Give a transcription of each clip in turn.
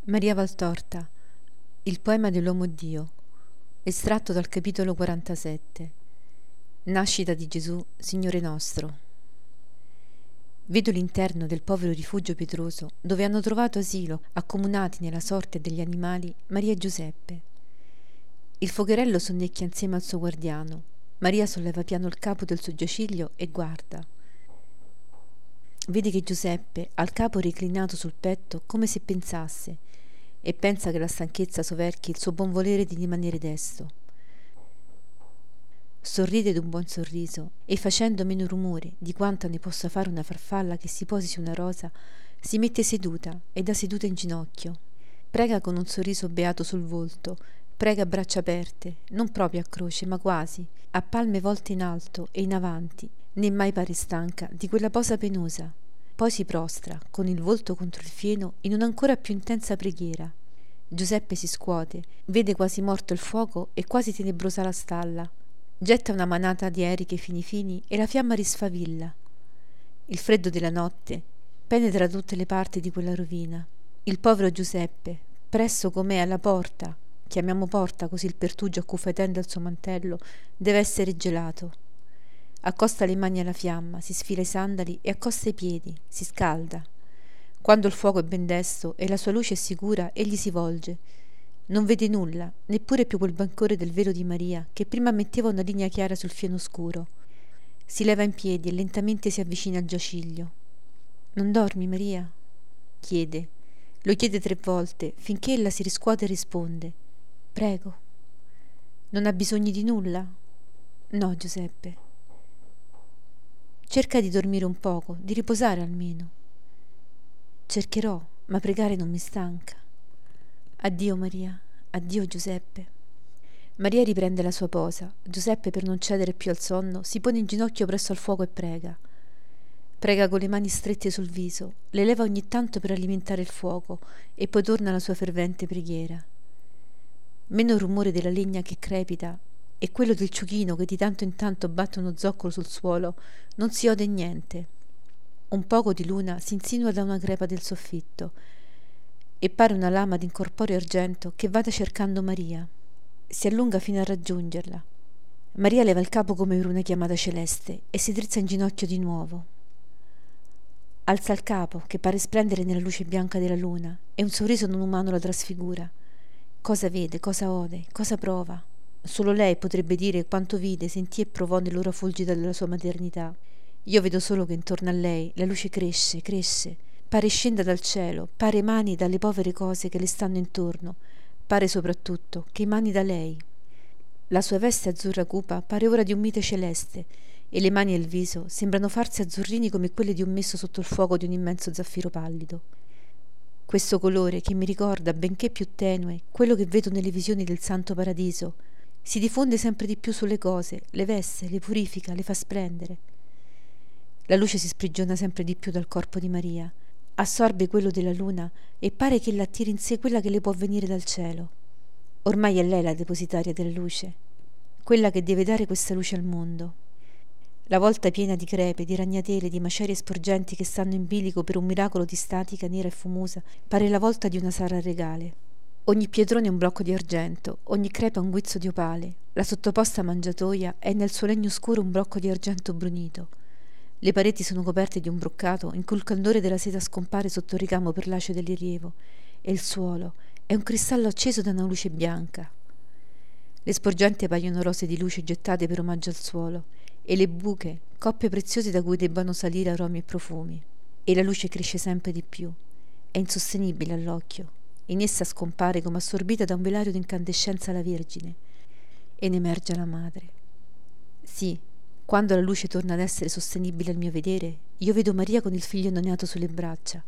Maria Valtorta, il poema dell'uomo Dio, estratto dal capitolo 47. Nascita di Gesù, Signore nostro. Vedo l'interno del povero rifugio pietroso dove hanno trovato asilo, accomunati nella sorte degli animali, Maria e Giuseppe. Il focherello sonnecchia insieme al suo guardiano. Maria solleva piano il capo del suo giaciglio e guarda. Vede che Giuseppe ha il capo reclinato sul petto come se pensasse, e pensa che la stanchezza soverchi il suo buon volere di rimanere desto. Sorride d'un buon sorriso e, facendo meno rumore di quanta ne possa fare una farfalla che si posi su una rosa, si mette seduta e da seduta in ginocchio. Prega con un sorriso beato sul volto, prega a braccia aperte, non proprio a croce ma quasi, a palme volte in alto e in avanti, né mai pare stanca di quella posa penosa. Poi si prostra, con il volto contro il fieno, in un'ancora più intensa preghiera. Giuseppe si scuote, vede quasi morto il fuoco e quasi tenebrosa la stalla. Getta una manata di eriche fini fini e la fiamma risfavilla. Il freddo della notte penetra tutte le parti di quella rovina. Il povero Giuseppe, presso com'è alla porta, chiamiamo porta così il pertugio a cui fa tenda il suo mantello, deve essere gelato. Accosta le mani alla fiamma, si sfila i sandali e accosta i piedi, si scalda. Quando il fuoco è ben desto e la sua luce è sicura, egli si volge. Non vede nulla, neppure più quel bancore del velo di Maria, che prima metteva una linea chiara sul fieno scuro. Si leva in piedi e lentamente si avvicina al giaciglio. «Non dormi, Maria?» chiede. Lo chiede 3 volte, finché ella si riscuote e risponde. «Prego». «Non ha bisogno di nulla?» «No, Giuseppe». «Cerca di dormire un poco, di riposare almeno». «Cercherò, ma pregare non mi stanca». «Addio Maria, addio Giuseppe». Maria riprende la sua posa. Giuseppe, per non cedere più al sonno, si pone in ginocchio presso al fuoco e prega. Prega con le mani strette sul viso, le leva ogni tanto per alimentare il fuoco e poi torna alla sua fervente preghiera. Meno il rumore della legna che crepita e quello del ciuchino che di tanto in tanto batte uno zoccolo sul suolo, non si ode niente. Un poco di luna si insinua da una crepa del soffitto e pare una lama d'incorporeo argento che vada cercando Maria. Si allunga fino a raggiungerla. Maria leva il capo come per una chiamata celeste e si drizza in ginocchio di nuovo. Alza il capo, che pare splendere nella luce bianca della luna, e un sorriso non umano la trasfigura. Cosa vede, cosa ode, cosa prova? Solo lei potrebbe dire quanto vide, sentì e provò nell'ora fulgida della sua maternità. Io vedo solo che intorno a lei la luce cresce, cresce, pare scenda dal cielo, pare emani dalle povere cose che le stanno intorno, pare soprattutto che emani da lei. La sua veste azzurra cupa pare ora di un mite celeste e le mani e il viso sembrano farsi azzurrini come quelle di un messo sotto il fuoco di un immenso zaffiro pallido. Questo colore, che mi ricorda, benché più tenue, quello che vedo nelle visioni del santo paradiso, si diffonde sempre di più sulle cose, le veste, le purifica, le fa splendere. La luce si sprigiona sempre di più dal corpo di Maria, assorbe quello della luna e pare che l'attiri in sé quella che le può venire dal cielo. Ormai è lei la depositaria della luce, quella che deve dare questa luce al mondo. La volta piena di crepe, di ragnatele, di macerie sporgenti che stanno in bilico per un miracolo di statica nera e fumosa, pare la volta di una sala regale. Ogni pietrone è un blocco di argento, ogni crepa un guizzo di opale. La sottoposta mangiatoia è nel suo legno scuro un blocco di argento brunito. Le pareti sono coperte di un broccato in cui il candore della seta scompare sotto il ricamo perlaceo del rilievo, e il suolo è un cristallo acceso da una luce bianca. Le sporgenti paiono rose di luce gettate per omaggio al suolo, e le buche, coppe preziose da cui debbano salire aromi e profumi. E la luce cresce sempre di più. È insostenibile all'occhio. In essa scompare come assorbita da un velario d'incandescenza la Vergine, e ne emerge la Madre. Sì, quando la luce torna ad essere sostenibile al mio vedere, io vedo Maria con il figlio neonato sulle braccia.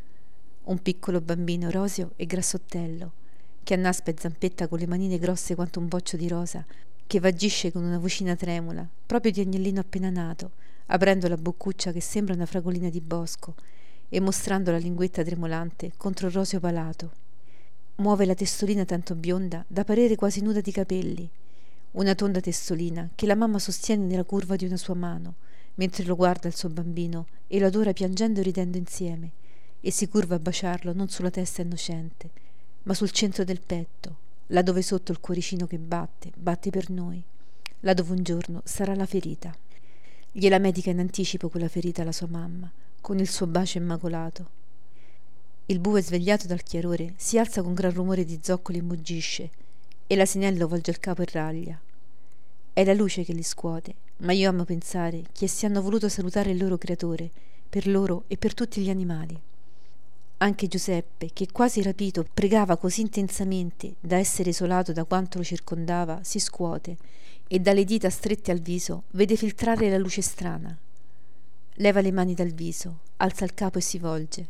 Un piccolo bambino roseo e grassottello, che annaspa e zampetta con le manine grosse quanto un boccio di rosa, che vagisce con una vocina tremula, proprio di agnellino appena nato, aprendo la boccuccia che sembra una fragolina di bosco e mostrando la linguetta tremolante contro il roseo palato. Muove la testolina tanto bionda da parere quasi nuda di capelli, una tonda testolina che la mamma sostiene nella curva di una sua mano, mentre lo guarda il suo bambino e lo adora piangendo e ridendo insieme, e si curva a baciarlo non sulla testa innocente, ma sul centro del petto, là dove sotto il cuoricino che batte, batte per noi, là dove un giorno sarà la ferita. Gliela medica in anticipo quella ferita alla sua mamma, con il suo bacio immacolato. Il bue, svegliato dal chiarore, si alza con gran rumore di zoccoli e muggisce, e l'asinello volge il capo e raglia. È la luce che li scuote, ma io amo pensare che essi hanno voluto salutare il loro creatore, per loro e per tutti gli animali. Anche Giuseppe, che quasi rapito pregava così intensamente da essere isolato da quanto lo circondava, si scuote e dalle dita strette al viso vede filtrare la luce strana. Leva le mani dal viso, alza il capo e si volge.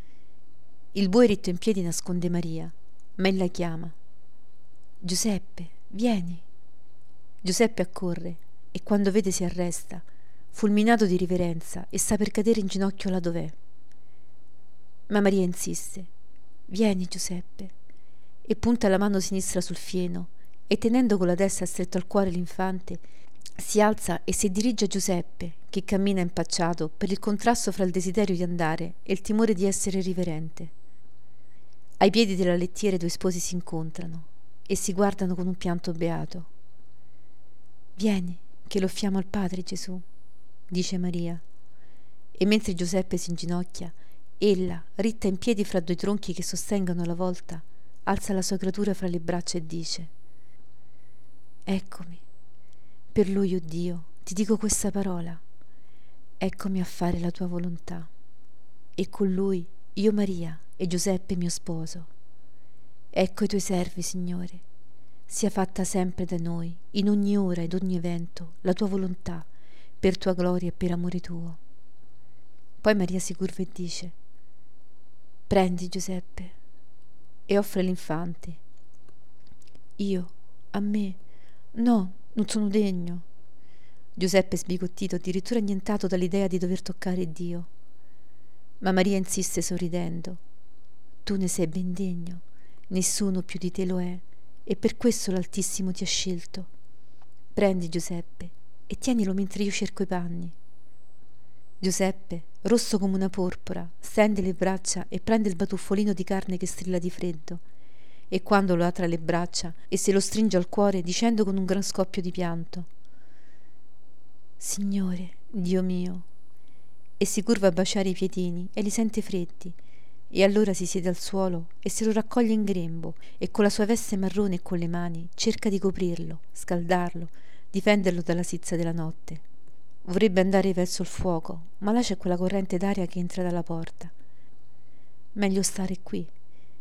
Il bue ritto in piedi nasconde Maria, ma ella chiama: Giuseppe, vieni. Giuseppe accorre e quando vede si arresta, fulminato di riverenza, e sta per cadere in ginocchio là dov'è. Ma Maria insiste: vieni Giuseppe, e punta la mano sinistra sul fieno e tenendo con la destra stretto al cuore l'infante si alza e si dirige a Giuseppe, che cammina impacciato per il contrasto fra il desiderio di andare e il timore di essere riverente. Ai piedi della lettiera i due sposi si incontrano e si guardano con un pianto beato. Vieni, che lo offriamo al Padre Gesù, dice Maria, e mentre Giuseppe si inginocchia, ella, ritta in piedi fra due tronchi che sostengono la volta, alza la sua creatura fra le braccia e dice: eccomi, per lui, o Dio, ti dico questa parola: eccomi a fare la tua volontà. E con lui io Maria e Giuseppe mio sposo. Ecco i tuoi servi, Signore, sia fatta sempre da noi, in ogni ora ed ogni evento, la tua volontà, per tua gloria e per amore tuo. Poi Maria si curva e dice: prendi Giuseppe, e offre l'infante. Io, a me, no, non sono degno. Giuseppe, sbigottito, addirittura annientato dall'idea di dover toccare Dio. Ma Maria insiste sorridendo: tu ne sei ben degno, nessuno più di te lo è, e per questo l'Altissimo ti ha scelto. Prendi Giuseppe e tienilo mentre io cerco i panni. Giuseppe, rosso come una porpora, stende le braccia e prende il batuffolino di carne che strilla di freddo, e quando lo ha tra le braccia e se lo stringe al cuore dicendo con un gran scoppio di pianto: Signore, Dio mio, e si curva a baciare i piedini e li sente freddi, e allora si siede al suolo e se lo raccoglie in grembo e con la sua veste marrone e con le mani cerca di coprirlo, scaldarlo, difenderlo dalla sizza della notte. Vorrebbe andare verso il fuoco, ma là c'è quella corrente d'aria che entra dalla porta. Meglio stare qui,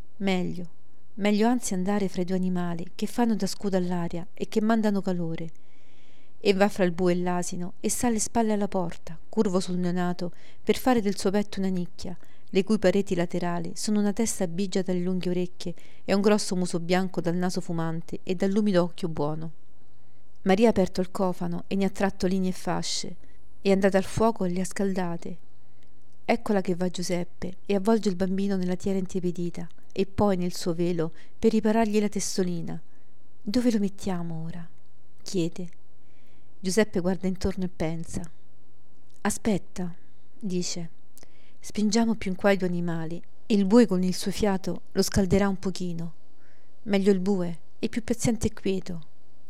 meglio anzi andare fra i due animali che fanno da scudo all'aria e che mandano calore. E va fra il bue e l'asino e sta alle spalle alla porta, curvo sul neonato, per fare del suo petto una nicchia, le cui pareti laterali sono una testa bigia dalle lunghe orecchie e un grosso muso bianco dal naso fumante e dall'umido occhio buono. Maria ha aperto il cofano e ne ha tratto linee e fasce, è andata al fuoco e le ha scaldate. Eccola che va Giuseppe e avvolge il bambino nella tiera intiepidita e poi nel suo velo per riparargli la testolina. Dove lo mettiamo ora? Chiede. Giuseppe guarda intorno e pensa. Aspetta, dice. Spingiamo più in qua i due animali e il bue con il suo fiato lo scalderà un pochino. Meglio il bue, è più paziente e quieto.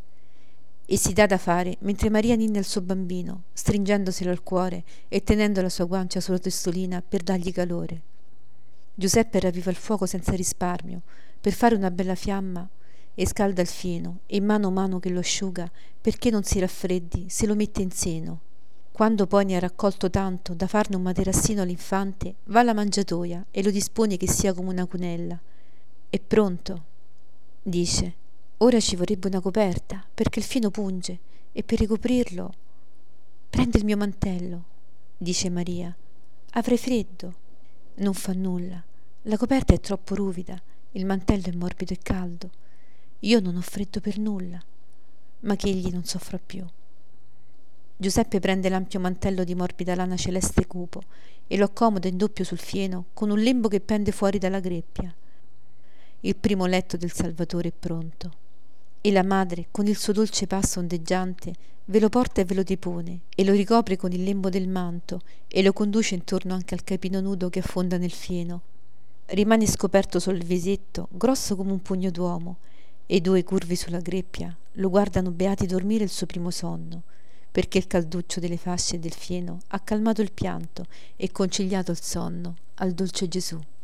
E si dà da fare mentre Maria ninna il suo bambino, stringendoselo al cuore e tenendo la sua guancia sulla testolina per dargli calore. Giuseppe ravviva il fuoco senza risparmio per fare una bella fiamma e scalda il fieno e mano a mano che lo asciuga perché non si raffreddi se lo mette in seno. Quando poi ne ha raccolto tanto da farne un materassino all'infante, va alla mangiatoia e lo dispone che sia come una cunella. È pronto, dice. Ora ci vorrebbe una coperta perché il fieno punge e per ricoprirlo. Prendi il mio mantello, dice Maria. Avrei freddo. Non fa nulla. La coperta è troppo ruvida, il mantello è morbido e caldo. Io non ho freddo per nulla, ma che egli non soffra più. Giuseppe prende l'ampio mantello di morbida lana celeste cupo e lo accomoda in doppio sul fieno con un lembo che pende fuori dalla greppia. Il primo letto del Salvatore è pronto e la madre, con il suo dolce passo ondeggiante, ve lo porta e ve lo depone e lo ricopre con il lembo del manto e lo conduce intorno anche al capino nudo che affonda nel fieno. rimane scoperto solo il visetto, grosso come un pugno d'uomo, e i due curvi sulla greppia lo guardano beati dormire il suo primo sonno, perché il calduccio delle fasce e del fieno ha calmato il pianto e conciliato il sonno al dolce Gesù.